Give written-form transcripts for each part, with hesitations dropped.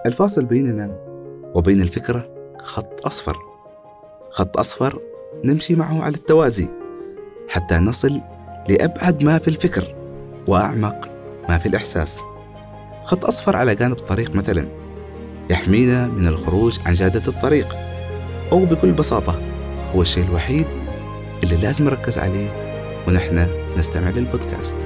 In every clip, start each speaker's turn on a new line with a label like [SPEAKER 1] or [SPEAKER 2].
[SPEAKER 1] الفاصل بيننا وبين الفكرة خط أصفر، خط أصفر نمشي معه على التوازي حتى نصل لأبعد ما في الفكر وأعمق ما في الإحساس. خط أصفر على جانب الطريق مثلا يحمينا من الخروج عن جادة الطريق، أو بكل بساطة هو الشيء الوحيد اللي لازم نركز عليه ونحن نستمع للبودكاست.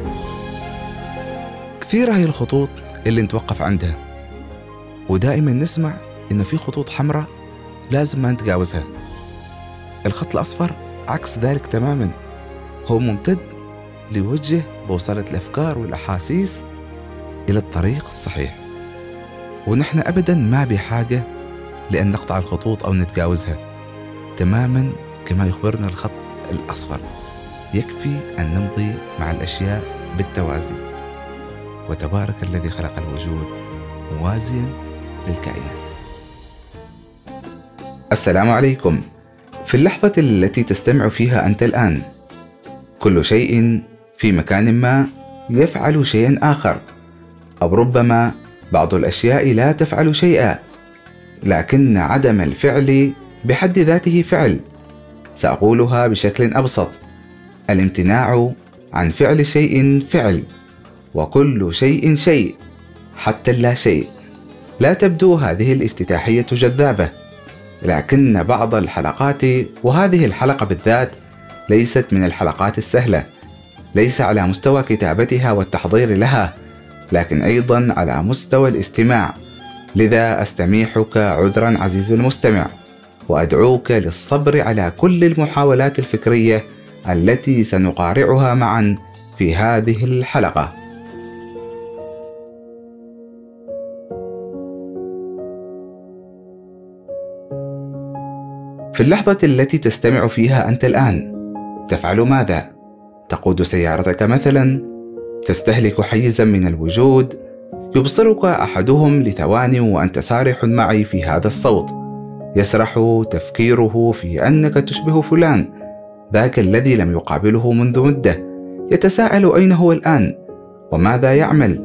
[SPEAKER 1] كثيرة هي الخطوط اللي نتوقف عندها، ودائما نسمع إن في خطوط حمراء لازم ما نتجاوزها. الخط الأصفر عكس ذلك تماما، هو ممتد ليوجه بوصلة الأفكار والأحاسيس إلى الطريق الصحيح، ونحن أبدا ما بحاجة لأن نقطع الخطوط أو نتجاوزها، تماما كما يخبرنا الخط الأصفر. يكفي أن نمضي مع الأشياء بالتوازي، وتبارك الذي خلق الوجود موازيا للكائنات. السلام عليكم. في اللحظة التي تستمع فيها أنت الآن، كل شيء في مكان ما يفعل شيئا آخر، أو ربما بعض الأشياء لا تفعل شيئا، لكن عدم الفعل بحد ذاته فعل. سأقولها بشكل أبسط: الامتناع عن فعل شيء فعل، وكل شيء شيء حتى اللا شيء. لا تبدو هذه الافتتاحية جذابة، لكن بعض الحلقات، وهذه الحلقة بالذات ليست من الحلقات السهلة، ليس على مستوى كتابتها والتحضير لها، لكن أيضا على مستوى الاستماع. لذا أستميحك عذرا عزيزي المستمع، وأدعوك للصبر على كل المحاولات الفكرية التي سنقارعها معا في هذه الحلقة. في اللحظة التي تستمع فيها أنت الآن، تفعل ماذا؟ تقود سيارتك مثلا، تستهلك حيزا من الوجود، يبصرك أحدهم لثواني وأنت سارح معي في هذا الصوت، يسرح تفكيره في أنك تشبه فلان، ذاك الذي لم يقابله منذ مدة، يتساءل أين هو الآن وماذا يعمل،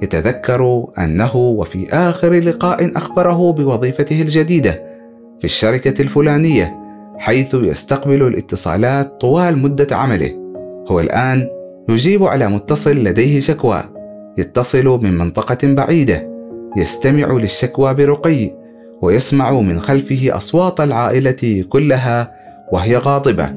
[SPEAKER 1] يتذكر أنه وفي آخر لقاء أخبره بوظيفته الجديدة في الشركة الفلانية، حيث يستقبل الاتصالات طوال مدة عمله. هو الآن يجيب على متصل لديه شكوى، يتصل من منطقة بعيدة، يستمع للشكوى برقي، ويسمع من خلفه أصوات العائلة كلها وهي غاضبة،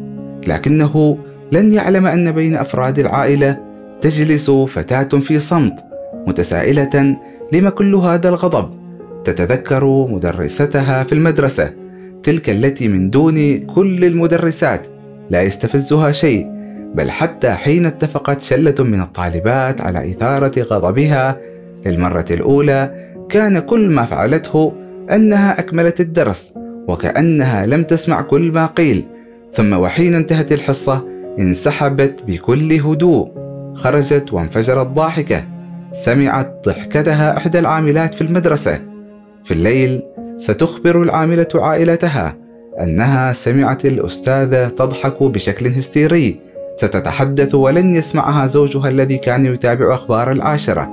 [SPEAKER 1] لكنه لن يعلم أن بين أفراد العائلة تجلس فتاة في صمت متسائلة: لما كل هذا الغضب؟ تتذكر مدرستها في المدرسة، تلك التي من دون كل المدرسات لا يستفزها شيء، بل حتى حين اتفقت شلة من الطالبات على إثارة غضبها للمرة الأولى، كان كل ما فعلته أنها أكملت الدرس وكأنها لم تسمع كل ما قيل، ثم وحين انتهت الحصة انسحبت بكل هدوء، خرجت وانفجرت ضاحكة. سمعت ضحكتها إحدى العاملات في المدرسة. في الليل ستخبر العاملة عائلتها أنها سمعت الأستاذة تضحك بشكل هستيري. ستتحدث ولن يسمعها زوجها الذي كان يتابع أخبار العاشرة،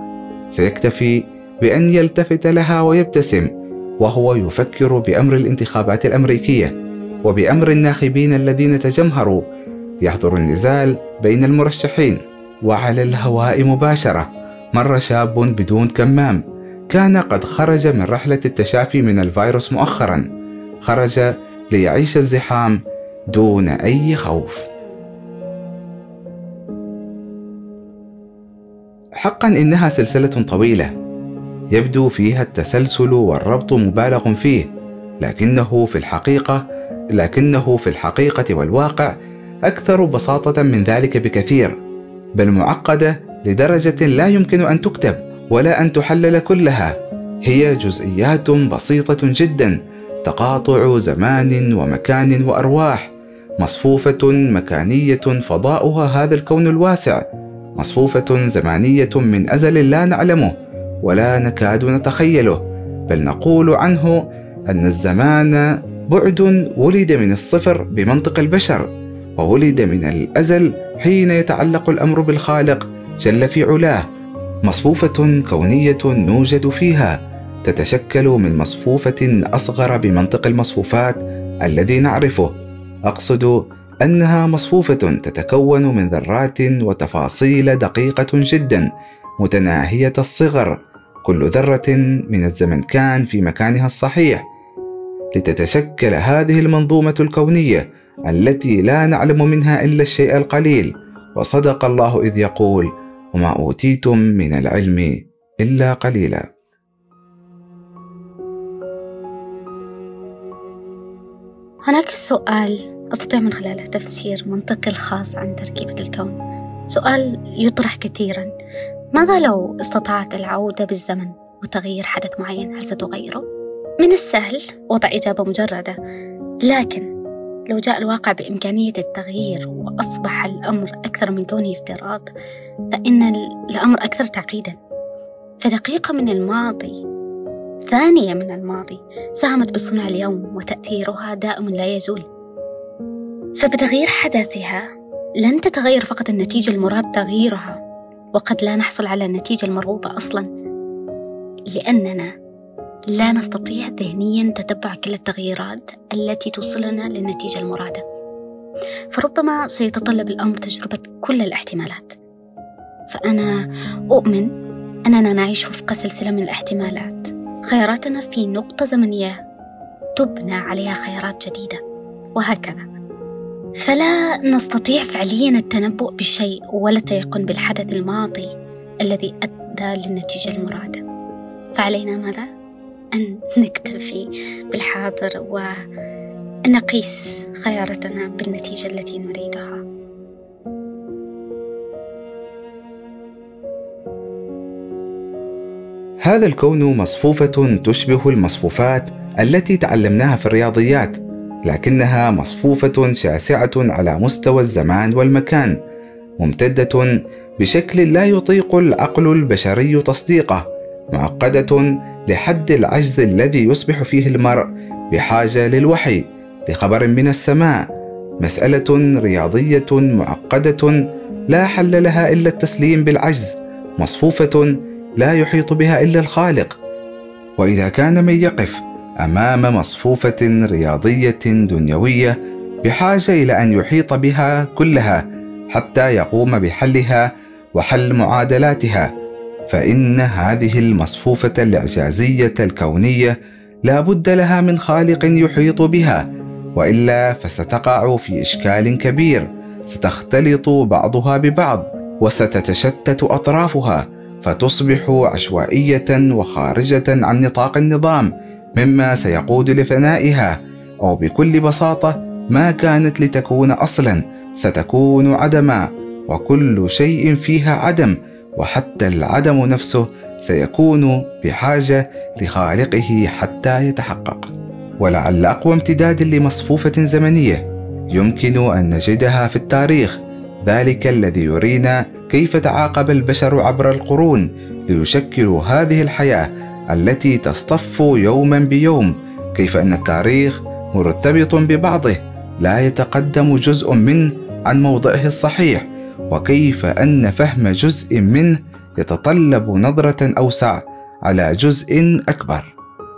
[SPEAKER 1] سيكتفي بأن يلتفت لها ويبتسم وهو يفكر بأمر الانتخابات الأمريكية وبأمر الناخبين الذين تجمهروا. يحضر النزال بين المرشحين، وعلى الهواء مباشرة مر شاب بدون كمام، كان قد خرج من رحلة التشافي من الفيروس مؤخرا، خرج ليعيش الزحام دون أي خوف. حقا إنها سلسلة طويلة يبدو فيها التسلسل والربط مبالغ فيه، لكنه في الحقيقة والواقع أكثر بساطة من ذلك بكثير، بل معقدة لدرجة لا يمكن أن تكتب ولا أن تحلل كلها. هي جزئيات بسيطة جدا، تقاطع زمان ومكان وأرواح، مصفوفة مكانية فضاؤها هذا الكون الواسع، مصفوفة زمانية من أزل لا نعلمه ولا نكاد نتخيله، بل نقول عنه أن الزمان بعد ولد من الصفر بمنطق البشر، وولد من الأزل حين يتعلق الأمر بالخالق جل في علاه، مصفوفة كونية نوجد فيها، تتشكل من مصفوفة أصغر بمنطق المصفوفات الذي نعرفه. أقصد أنها مصفوفة تتكون من ذرات وتفاصيل دقيقة جدا متناهية الصغر، كل ذرة من الزمن في مكانها الصحيح، لتتشكل هذه المنظومة الكونية التي لا نعلم منها إلا الشيء القليل. وصدق الله إذ يقول: وما أوتيتم من العلم إلا قليلا.
[SPEAKER 2] هناك سؤال أستطيع من خلاله تفسير منطقي الخاص عن تركيبة الكون. سؤال يطرح كثيرا: ماذا لو استطعت العودة بالزمن وتغيير حدث معين، هل ستغيره؟ من السهل وضع إجابة مجردة، لكن لو جاء الواقع بإمكانية التغيير وأصبح الأمر أكثر من كونه افتراض، فإن الأمر أكثر تعقيدا. فدقيقة من الماضي، ثانية من الماضي، ساهمت بصنع اليوم، وتأثيرها دائم لا يزول. فبتغيير حدثها لن تتغير فقط النتيجة المراد تغييرها، وقد لا نحصل على النتيجة المرغوبة أصلا، لأننا لا نستطيع ذهنيا تتبع كل التغييرات التي توصلنا للنتيجة المرادة. فربما سيتطلب الأمر تجربة كل الاحتمالات. فأنا أؤمن أننا نعيش وفق سلسلة من الاحتمالات، خياراتنا في نقطة زمنية تبنى عليها خيارات جديدة، وهكذا. فلا نستطيع فعليا التنبؤ بالشيء ولا التيقن بالحدث الماضي الذي أدى للنتيجة المرادة. فعلينا ماذا؟ أن نكتفي بالحاضر وأن نقيس خياراتنا بالنتيجة التي نريدها.
[SPEAKER 1] هذا الكون مصفوفة تشبه المصفوفات التي تعلمناها في الرياضيات، لكنها مصفوفة شاسعة على مستوى الزمان والمكان، ممتدة بشكل لا يطيق العقل البشري تصديقه، معقدة لحد العجز الذي يصبح فيه المرء بحاجة للوحي، لخبر من السماء، مسألة رياضية معقدة لا حل لها إلا التسليم بالعجز، مصفوفة لا يحيط بها إلا الخالق. وإذا كان من يقف أمام مصفوفة رياضية دنيوية بحاجة إلى أن يحيط بها كلها حتى يقوم بحلها وحل معادلاتها، فإن هذه المصفوفة الإعجازية الكونية لا بد لها من خالق يحيط بها، وإلا فستقع في إشكال كبير، ستختلط بعضها ببعض وستتشتت أطرافها، فتصبح عشوائية وخارجة عن نطاق النظام، مما سيقود لفنائها، أو بكل بساطة ما كانت لتكون أصلا ستكون عدما، وكل شيء فيها عدم، وحتى العدم نفسه سيكون بحاجة لخالقه حتى يتحقق. ولعل أقوى امتداد لمصفوفة زمنية يمكن أن نجدها في التاريخ، ذلك الذي يرينا كيف تعاقب البشر عبر القرون ليشكلوا هذه الحياة التي تصطف يوما بيوم، كيف أن التاريخ مرتبط ببعضه لا يتقدم جزء منه عن موضعه الصحيح، وكيف أن فهم جزء منه يتطلب نظرة أوسع على جزء أكبر.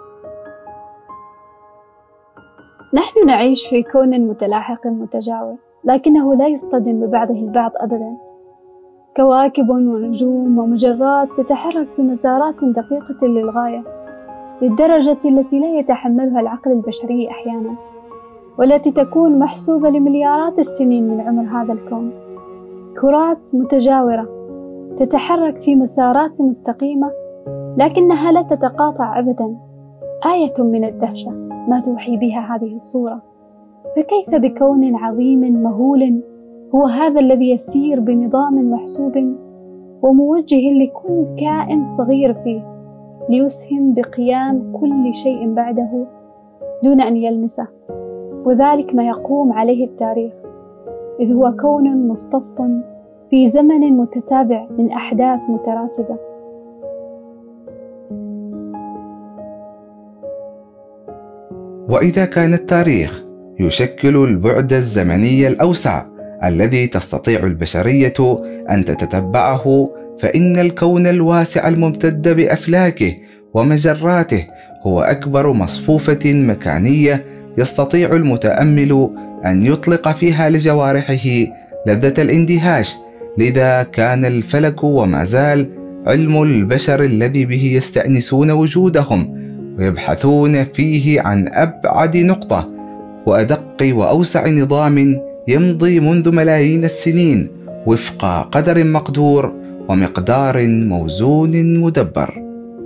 [SPEAKER 3] نحن نعيش في كون متلاحق متجاور، لكنه لا يصطدم ببعضه البعض أبدا. كواكب ونجوم ومجرات تتحرك في مسارات دقيقة للغاية، للدرجة التي لا يتحملها العقل البشري أحيانا، والتي تكون محسوبة لمليارات السنين من عمر هذا الكون. كرات متجاورة تتحرك في مسارات مستقيمة، لكنها لا تتقاطع أبدا. آية من الدهشة ما توحي بها هذه الصورة. فكيف بكون عظيم مهول هو هذا الذي يسير بنظام محسوب وموجه لكل كائن صغير فيه، ليسهم بقيام كل شيء بعده دون أن يلمسه، وذلك ما يقوم عليه التاريخ، إذ هو كون مصطف في زمن متتابع من أحداث متراتبة.
[SPEAKER 1] وإذا كان التاريخ يشكل البعد الزمني الأوسع الذي تستطيع البشرية أن تتتبعه، فإن الكون الواسع الممتد بأفلاكه ومجراته هو أكبر مصفوفة مكانية يستطيع المتأمل أن يطلق فيها لجوارحه لذة الاندهاش. لذا كان الفلك وما زال علم البشر الذي به يستأنسون وجودهم ويبحثون فيه عن أبعد نقطة وأدق وأوسع نظام يمضي منذ ملايين السنين وفق قدر مقدور ومقدار موزون مدبر.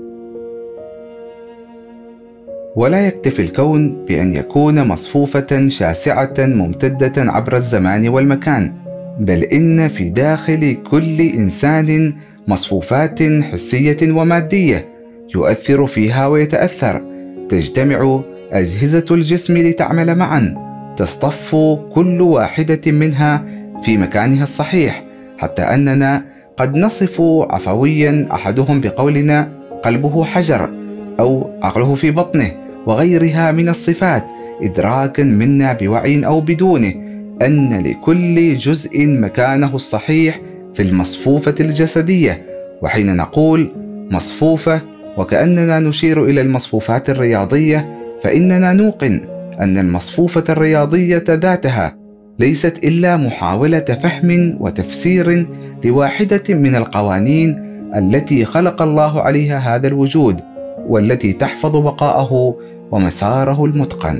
[SPEAKER 1] ولا يكتفي الكون بأن يكون مصفوفة شاسعة ممتدة عبر الزمان والمكان، بل إن في داخل كل إنسان مصفوفات حسية ومادية يؤثر فيها ويتأثر. تجتمع أجهزة الجسم لتعمل معا، تصطف كل واحدة منها في مكانها الصحيح، حتى أننا قد نصف عفويا أحدهم بقولنا قلبه حجر أو عقله في بطنه وغيرها من الصفات، إدراكا منا بوعي أو بدونه أن لكل جزء مكانه الصحيح في المصفوفة الجسدية. وحين نقول مصفوفة وكأننا نشير إلى المصفوفات الرياضية، فإننا نوقن أن المصفوفة الرياضية ذاتها ليست إلا محاولة فهم وتفسير لواحدة من القوانين التي خلق الله عليها هذا الوجود، والتي تحفظ بقاءه ومساره المتقن.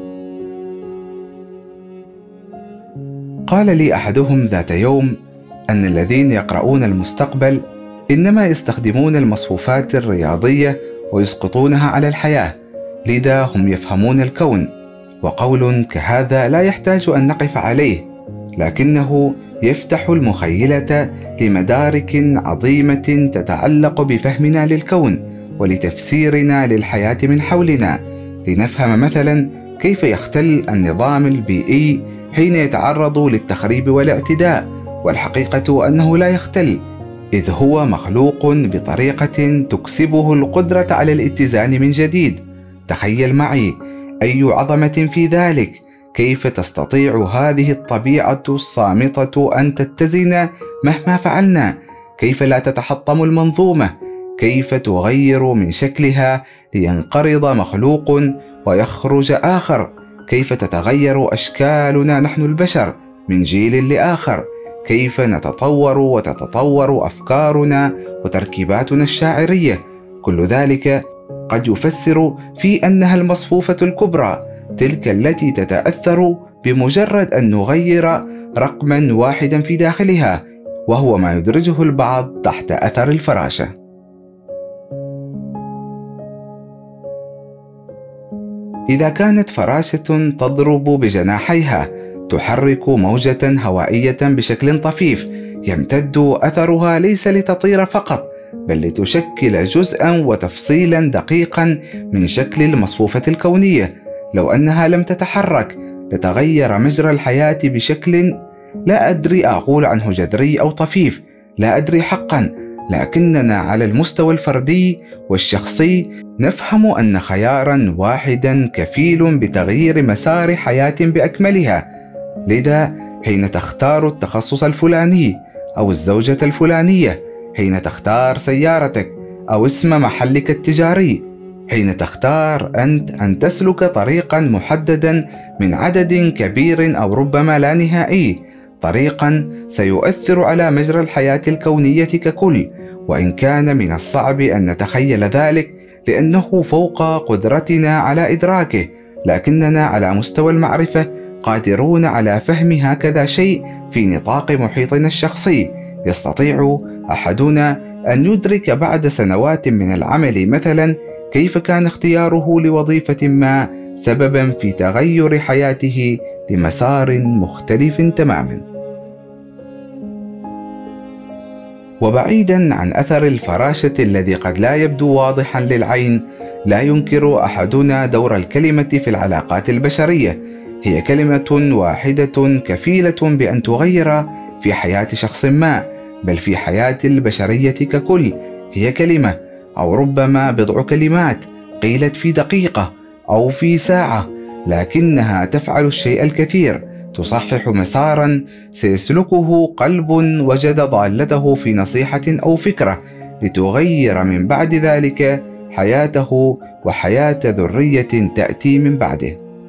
[SPEAKER 1] قال لي أحدهم ذات يوم أن الذين يقرؤون المستقبل إنما يستخدمون المصفوفات الرياضية ويسقطونها على الحياة، لذا هم يفهمون الكون. وقول كهذا لا يحتاج أن نقف عليه، لكنه يفتح المخيلة لمدارك عظيمة تتعلق بفهمنا للكون ولتفسيرنا للحياة من حولنا، لنفهم مثلا كيف يختل النظام البيئي حين يتعرض للتخريب والاعتداء، والحقيقة أنه لا يختل، إذ هو مخلوق بطريقة تكسبه القدرة على الاتزان من جديد. تخيل معي أي عظمة في ذلك، كيف تستطيع هذه الطبيعة الصامتة أن تتزن مهما فعلنا، كيف لا تتحطم المنظومة، كيف تغير من شكلها لينقرض مخلوق ويخرج آخر، كيف تتغير أشكالنا نحن البشر من جيل لآخر، كيف نتطور وتتطور أفكارنا وتركيباتنا الشاعرية. كل ذلك قد يفسر في أنها المصفوفة الكبرى، تلك التي تتأثر بمجرد أن نغير رقما واحدا في داخلها، وهو ما يدرجه البعض تحت أثر الفراشة. إذا كانت فراشة تضرب بجناحيها تحرك موجة هوائية بشكل طفيف، يمتد أثرها ليس لتطير فقط، بل لتشكل جزءا وتفصيلا دقيقا من شكل المصفوفة الكونية. لو أنها لم تتحرك لتغير مجرى الحياة بشكل لا أدري أقول عنه جذري أو طفيف، لا أدري حقا، لكننا على المستوى الفردي والشخصي نفهم أن خيارا واحدا كفيل بتغيير مسار حياة بأكملها. لذا حين تختار التخصص الفلاني أو الزوجة الفلانية، حين تختار سيارتك أو اسم محلك التجاري، حين تختار أنت أن تسلك طريقا محددا من عدد كبير أو ربما لا نهائي، طريقا سيؤثر على مجرى الحياة الكونية ككل، وإن كان من الصعب أن نتخيل ذلك لأنه فوق قدرتنا على إدراكه، لكننا على مستوى المعرفة قادرون على فهم هكذا شيء في نطاق محيطنا الشخصي. يستطيع أحدنا أن يدرك بعد سنوات من العمل مثلا كيف كان اختياره لوظيفة ما سببا في تغير حياته لمسار مختلف تماما. وبعيدا عن أثر الفراشة الذي قد لا يبدو واضحا للعين، لا ينكر أحدنا دور الكلمة في العلاقات البشرية. هي كلمة واحدة كفيلة بأن تغير في حياة شخص ما، بل في حياة البشرية ككل. هي كلمة أو ربما بضع كلمات قيلت في دقيقة أو في ساعة، لكنها تفعل الشيء الكثير، تصحح مسارا سيسلكه قلب وجد ضالته في نصيحة أو فكرة، لتغير من بعد ذلك حياته وحياة ذرية تأتي من بعده.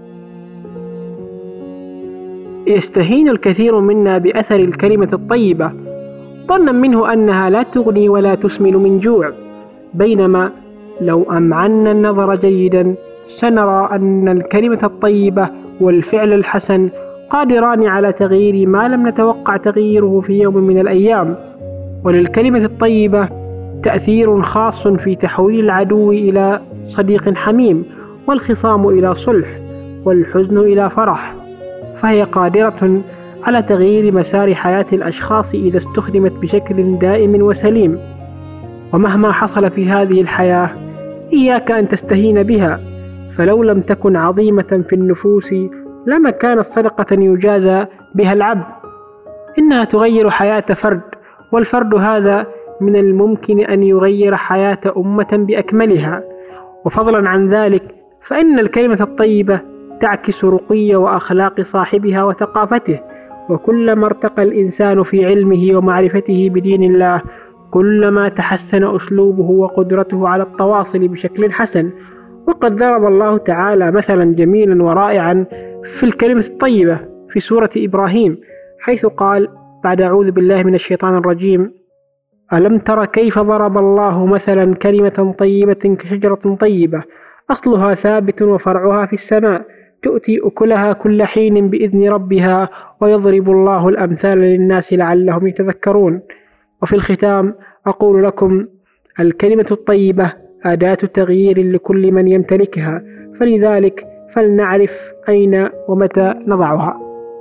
[SPEAKER 4] يستهين الكثير منا بأثر الكلمة الطيبة ظنا منه أنها لا تغني ولا تسمن من جوع، بينما لو أمعنا النظر جيدا سنرى أن الكلمة الطيبة والفعل الحسن قادران على تغيير ما لم نتوقع تغييره في يوم من الأيام. وللكلمة الطيبة تأثير خاص في تحويل العدو إلى صديق حميم، والخصام إلى صلح، والحزن إلى فرح، فهي قادرة على تغيير مسار حياة الأشخاص إذا استخدمت بشكل دائم وسليم. ومهما حصل في هذه الحياة إياك أن تستهين بها، فلو لم تكن عظيمة في النفوس لما كانت صدقة يجازى بها العبد. إنها تغير حياة فرد، والفرد هذا من الممكن أن يغير حياة أمة بأكملها. وفضلا عن ذلك فإن الكلمة الطيبة تعكس رقي وأخلاق صاحبها وثقافته، وكلما ارتقى الإنسان في علمه ومعرفته بدين الله كلما تحسن أسلوبه وقدرته على التواصل بشكل حسن. وقد ضرب الله تعالى مثلا جميلا ورائعا في الكلمة الطيبة في سورة إبراهيم، حيث قال بعد أعوذ بالله من الشيطان الرجيم: ألم تر كيف ضرب الله مثلا كلمة طيبة كشجرة طيبة أصلها ثابت وفرعها في السماء تؤتي أكلها كل حين بإذن ربها ويضرب الله الأمثال للناس لعلهم يتذكرون. وفي الختام أقول لكم: الكلمة الطيبة أداة تغيير لكل من يمتلكها، فلذلك فلنعرف أين ومتى نضعها.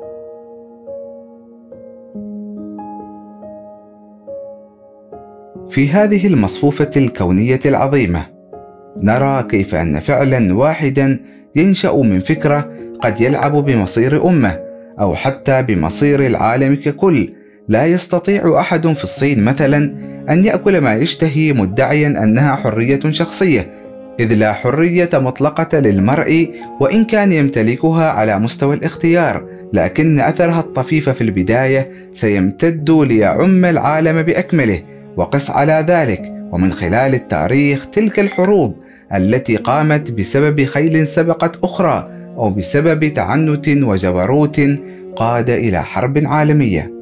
[SPEAKER 1] في هذه المصفوفة الكونية العظيمة نرى كيف أن فعلا واحدا ينشأ من فكرة قد يلعب بمصير أمة أو حتى بمصير العالم ككل. لا يستطيع أحد في الصين مثلا أن يأكل ما يشتهي مدعيا أنها حرية شخصية، إذ لا حرية مطلقة للمرء وإن كان يمتلكها على مستوى الاختيار، لكن أثرها الطفيف في البداية سيمتد ليعم العالم بأكمله. وقس على ذلك ومن خلال التاريخ تلك الحروب التي قامت بسبب خيل سبقت أخرى أو بسبب تعنت وجبروت قاد إلى حرب عالمية.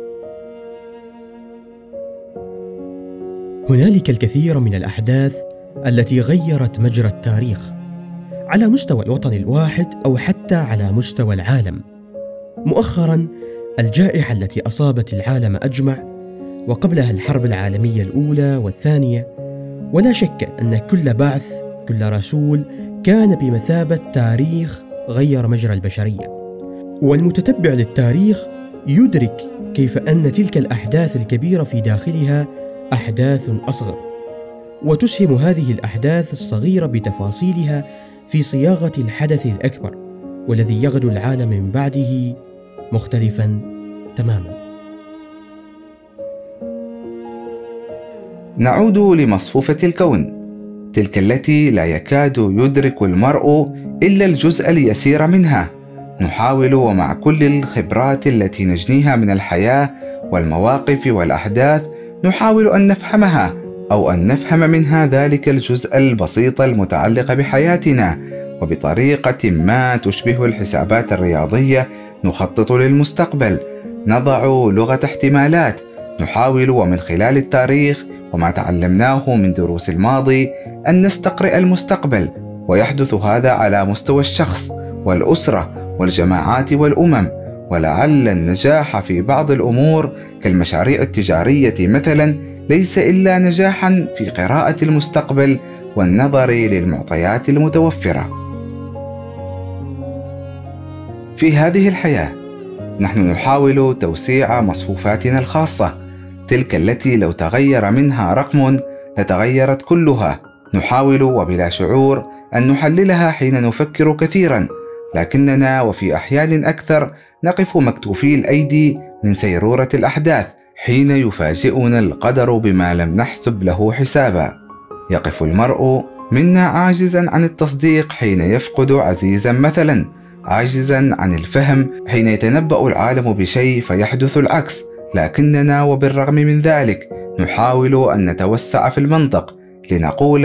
[SPEAKER 5] هنالك الكثير من الأحداث التي غيرت مجرى التاريخ على مستوى الوطن الواحد أو حتى على مستوى العالم. مؤخرا الجائحة التي أصابت العالم أجمع، وقبلها الحرب العالمية الأولى والثانية، ولا شك أن كل بعث، كل رسول كان بمثابة تاريخ غير مجرى البشرية. والمتتبع للتاريخ يدرك كيف أن تلك الأحداث الكبيرة في داخلها أحداث أصغر، وتسهم هذه الأحداث الصغيرة بتفاصيلها في صياغة الحدث الأكبر، والذي يغدو العالم من بعده مختلفا تماما.
[SPEAKER 1] نعود لمصفوفة الكون، تلك التي لا يكاد يدرك المرء إلا الجزء اليسير منها. نحاول ومع كل الخبرات التي نجنيها من الحياة والمواقف والأحداث نحاول أن نفهمها أو أن نفهم منها ذلك الجزء البسيط المتعلق بحياتنا، وبطريقة ما تشبه الحسابات الرياضية نخطط للمستقبل، نضع لغة احتمالات، نحاول ومن خلال التاريخ وما تعلمناه من دروس الماضي أن نستقرئ المستقبل. ويحدث هذا على مستوى الشخص والأسرة والجماعات والأمم. ولعل النجاح في بعض الأمور كالمشاريع التجارية مثلا ليس إلا نجاحا في قراءة المستقبل والنظر للمعطيات المتوفرة. في هذه الحياة نحن نحاول توسيع مصفوفاتنا الخاصة، تلك التي لو تغير منها رقم لتغيرت كلها. نحاول وبلا شعور أن نحللها حين نفكر كثيرا، لكننا وفي أحيان أكثر نقف مكتوفي الأيدي من سيرورة الأحداث حين يفاجئنا القدر بما لم نحسب له حسابا. يقف المرء منا عاجزا عن التصديق حين يفقد عزيزا مثلا، عاجزا عن الفهم حين يتنبأ العالم بشيء فيحدث العكس، لكننا وبالرغم من ذلك نحاول أن نتوسع في المنطق لنقول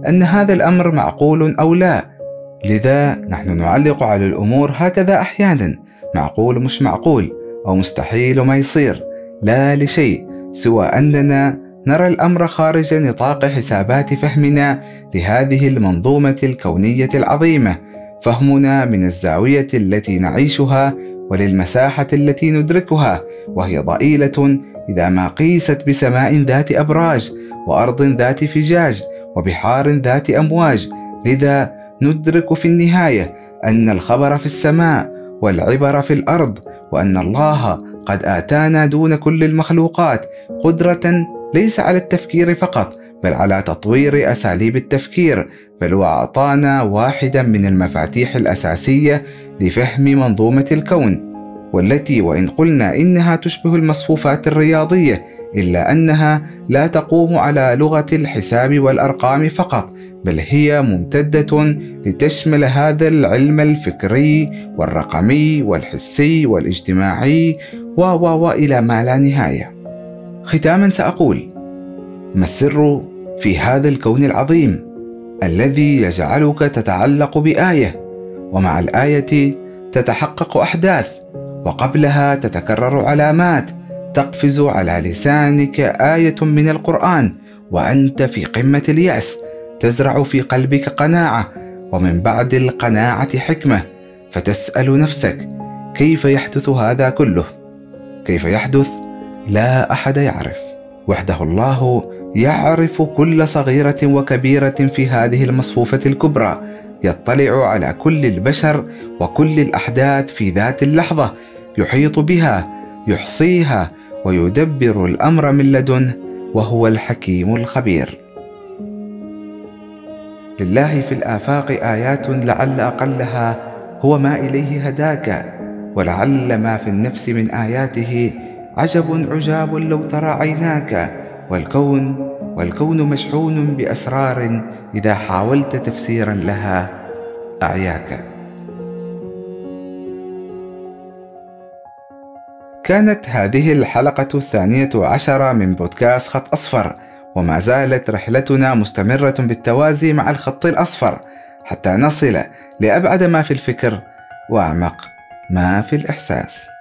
[SPEAKER 1] أن هذا الأمر معقول أو لا. لذا نحن نعلق على الأمور هكذا أحيانا، معقول مش معقول، أو مستحيل وما يصير، لا لشيء سوى أننا نرى الأمر خارج نطاق حسابات فهمنا لهذه المنظومة الكونية العظيمة، فهمنا من الزاوية التي نعيشها وللمساحة التي ندركها، وهي ضئيلة إذا ما قيست بسماء ذات أبراج، وأرض ذات فجاج، وبحار ذات أمواج. لذا ندرك في النهاية أن الخبر في السماء والعبر في الأرض، وأن الله قد آتانا دون كل المخلوقات قدرة ليس على التفكير فقط، بل على تطوير أساليب التفكير، بل وأعطانا واحدا من المفاتيح الأساسية لفهم منظومة الكون، والتي وإن قلنا إنها تشبه المصفوفات الرياضية، إلا أنها لا تقوم على لغة الحساب والأرقام فقط، بل هي ممتدة لتشمل هذا العلم الفكري والرقمي والحسي والاجتماعي وإلى ما لا نهاية. ختاما سأقول: ما السر في هذا الكون العظيم الذي يجعلك تتعلق بآية، ومع الآية تتحقق أحداث، وقبلها تتكرر علامات، تقفز على لسانك آية من القرآن وأنت في قمة اليأس، تزرع في قلبك قناعة، ومن بعد القناعة حكمة، فتسأل نفسك: كيف يحدث هذا كله؟ كيف يحدث؟ لا أحد يعرف، وحده الله يعرف كل صغيرة وكبيرة في هذه المصفوفة الكبرى، يطلع على كل البشر وكل الأحداث في ذات اللحظة، يحيط بها، يحصيها، ويدبر الأمر من لدنه، وهو الحكيم الخبير. لله في الآفاق آيات لعل أقلها هو ما إليه هداك، ولعل ما في النفس من آياته عجب عجاب لو ترى عيناك، والكون مشحون بأسرار إذا حاولت تفسيرا لها أعياك. كانت هذه الحلقة 12 من بودكاست خط أصفر، وما زالت رحلتنا مستمرة بالتوازي مع الخط الأصفر حتى نصل لأبعد ما في الفكر وأعمق ما في الإحساس.